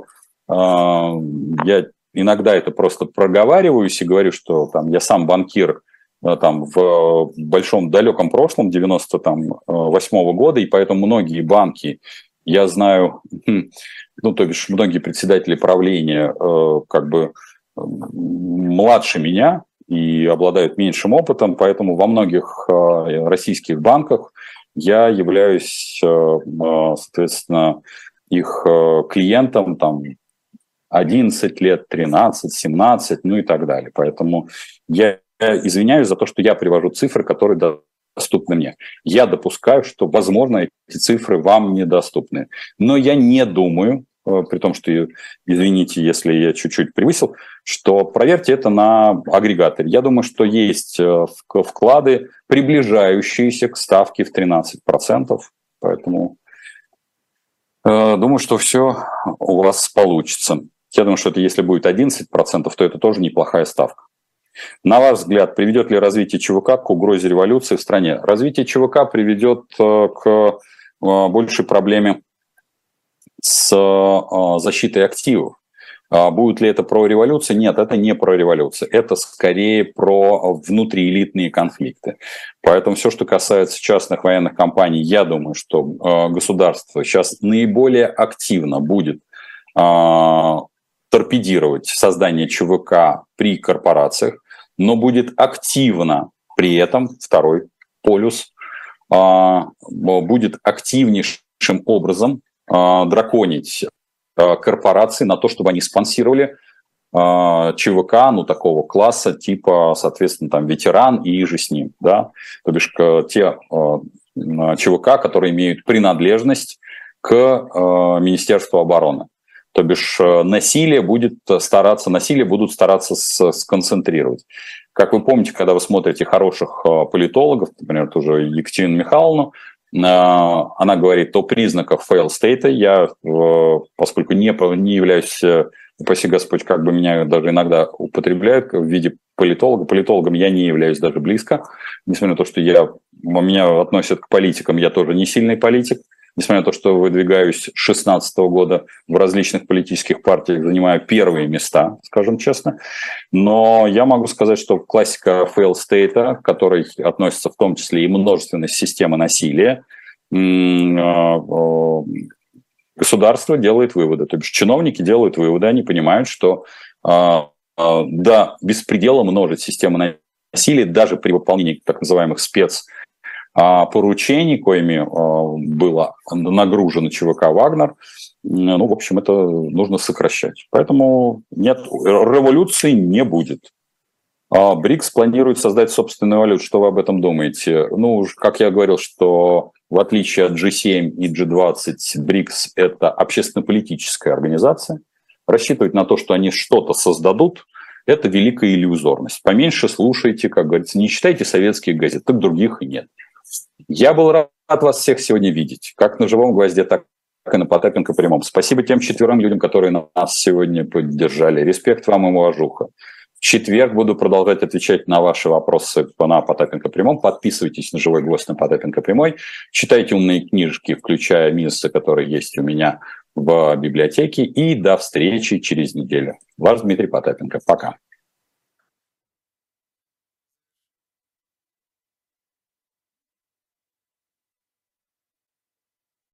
я иногда это просто проговариваюсь и говорю, что там, я сам банкир там, в большом далеком прошлом, 98-го года, и поэтому многие банки, я знаю, то бишь многие председатели правления как бы младше меня и обладают меньшим опытом, поэтому во многих российских банках я являюсь, соответственно, их клиентом, там, 11 лет, 13, 17, и так далее. Поэтому я извиняюсь за то, что я привожу цифры, которые доступны мне. Я допускаю, что, возможно, эти цифры вам недоступны. Но я не думаю, при том, что, извините, если я чуть-чуть превысил, что проверьте это на агрегаторе. Я думаю, что есть вклады, приближающиеся к ставке в 13%. Поэтому думаю, что все у вас получится. Я думаю, что это если будет 11%, то это тоже неплохая ставка. На ваш взгляд, приведет ли развитие ЧВК к угрозе революции в стране? Развитие ЧВК приведет к большей проблеме с защитой активов. Будет ли это про революцию? Нет, это не про революцию. Это скорее про внутриэлитные конфликты. Поэтому все, что касается частных военных компаний, я думаю, что государство сейчас наиболее активно будет торпедировать создание ЧВК при корпорациях, но будет активно при этом второй полюс, будет активнейшим образом драконить корпорации на то, чтобы они спонсировали ЧВК, такого класса, типа, соответственно, там, ветеран и же с ним, да, то бишь те ЧВК, которые имеют принадлежность к Министерству обороны. То бишь насилие будут стараться сконцентрировать. Как вы помните, когда вы смотрите хороших политологов, например, тоже Екатерину Михайловну, она говорит о признаках fail state. Я, поскольку не являюсь, упаси Господь, как бы меня даже иногда употребляют в виде политолога, политологом я не являюсь даже близко, несмотря на то, что меня относят к политикам, я тоже не сильный политик. Несмотря на то, что выдвигаюсь с 2016 года в различных политических партиях, занимаю первые места, скажем честно. Но я могу сказать, что классика fail state, к которой относится в том числе и множественность системы насилия, государство делает выводы. То есть чиновники делают выводы, они понимают, что беспредела множить систему насилия даже при выполнении так называемых поручений, коими было нагружено ЧВК «Вагнер», в общем, это нужно сокращать. Поэтому нет, революции не будет. БРИКС планирует создать собственную валюту. Что вы об этом думаете? Как я говорил, что в отличие от G7 и G20, БРИКС – это общественно-политическая организация. Рассчитывать на то, что они что-то создадут, это великая иллюзорность. Поменьше слушайте, как говорится, не читайте советских газет, так других и нет. Я был рад вас всех сегодня видеть, как на живом гвозде, так и на Потапенко прямом. Спасибо тем 4 людям, которые нас сегодня поддержали. Респект вам и уважуха. В четверг буду продолжать отвечать на ваши вопросы на Потапенко Прямом. Подписывайтесь на «Живой гвоздь» на Потапенко Прямой. Читайте умные книжки, включая минусы, которые есть у меня в библиотеке. И до встречи через неделю. Ваш Дмитрий Потапенко. Пока.